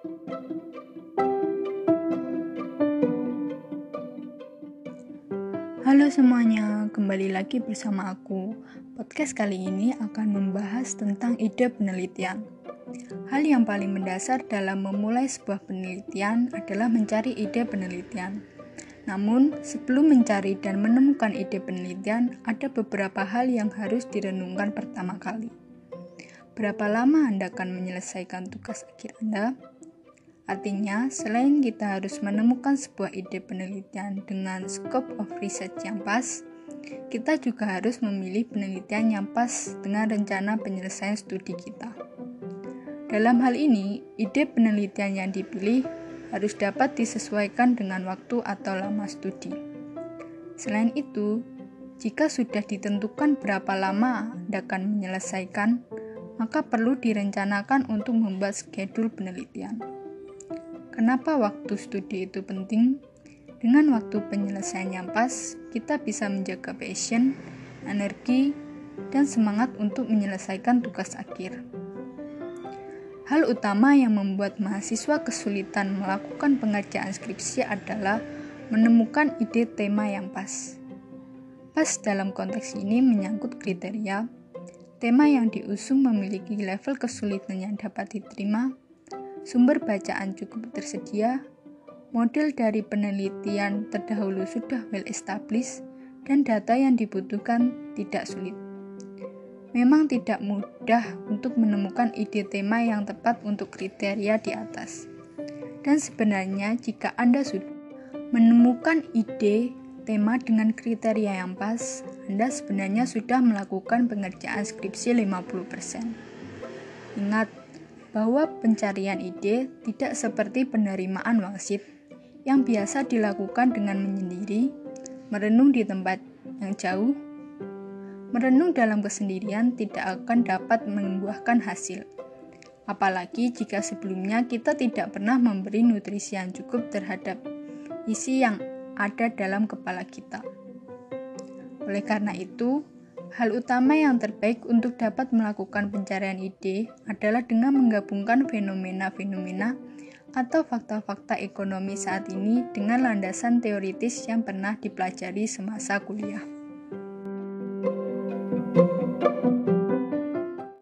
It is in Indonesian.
Halo semuanya, kembali lagi bersama aku. Podcast kali ini akan membahas tentang ide penelitian. Hal yang paling mendasar dalam memulai sebuah penelitian adalah mencari ide penelitian. Namun, sebelum mencari dan menemukan ide penelitian, ada beberapa hal yang harus direnungkan pertama kali. Berapa lama Anda akan menyelesaikan tugas akhir Anda? Artinya, selain kita harus menemukan sebuah ide penelitian dengan scope of research yang pas, kita juga harus memilih penelitian yang pas dengan rencana penyelesaian studi kita. Dalam hal ini, ide penelitian yang dipilih harus dapat disesuaikan dengan waktu atau lama studi. Selain itu, jika sudah ditentukan berapa lama Anda akan menyelesaikan, maka perlu direncanakan untuk membuat schedule penelitian. Kenapa waktu studi itu penting? Dengan waktu penyelesaian yang pas, kita bisa menjaga passion, energi, dan semangat untuk menyelesaikan tugas akhir. Hal utama yang membuat mahasiswa kesulitan melakukan pengerjaan skripsi adalah menemukan ide tema yang pas. Pas dalam konteks ini menyangkut kriteria, tema yang diusung memiliki level kesulitan yang dapat diterima, sumber bacaan cukup tersedia, model dari penelitian terdahulu sudah well established, dan data yang dibutuhkan tidak sulit. Memang tidak mudah untuk menemukan ide tema yang tepat untuk kriteria di atas. Dan sebenarnya jika Anda sudah menemukan ide tema dengan kriteria yang pas, Anda sebenarnya sudah melakukan pengerjaan skripsi 50%. Ingat, bahwa pencarian ide tidak seperti penerimaan wangsit yang biasa dilakukan dengan menyendiri, merenung di tempat yang jauh. Merenung dalam kesendirian tidak akan dapat membuahkan hasil, apalagi jika sebelumnya kita tidak pernah memberi nutrisi yang cukup terhadap isi yang ada dalam kepala kita. Oleh karena itu, hal utama yang terbaik untuk dapat melakukan pencarian ide adalah dengan menggabungkan fenomena-fenomena atau fakta-fakta ekonomi saat ini dengan landasan teoritis yang pernah dipelajari semasa kuliah.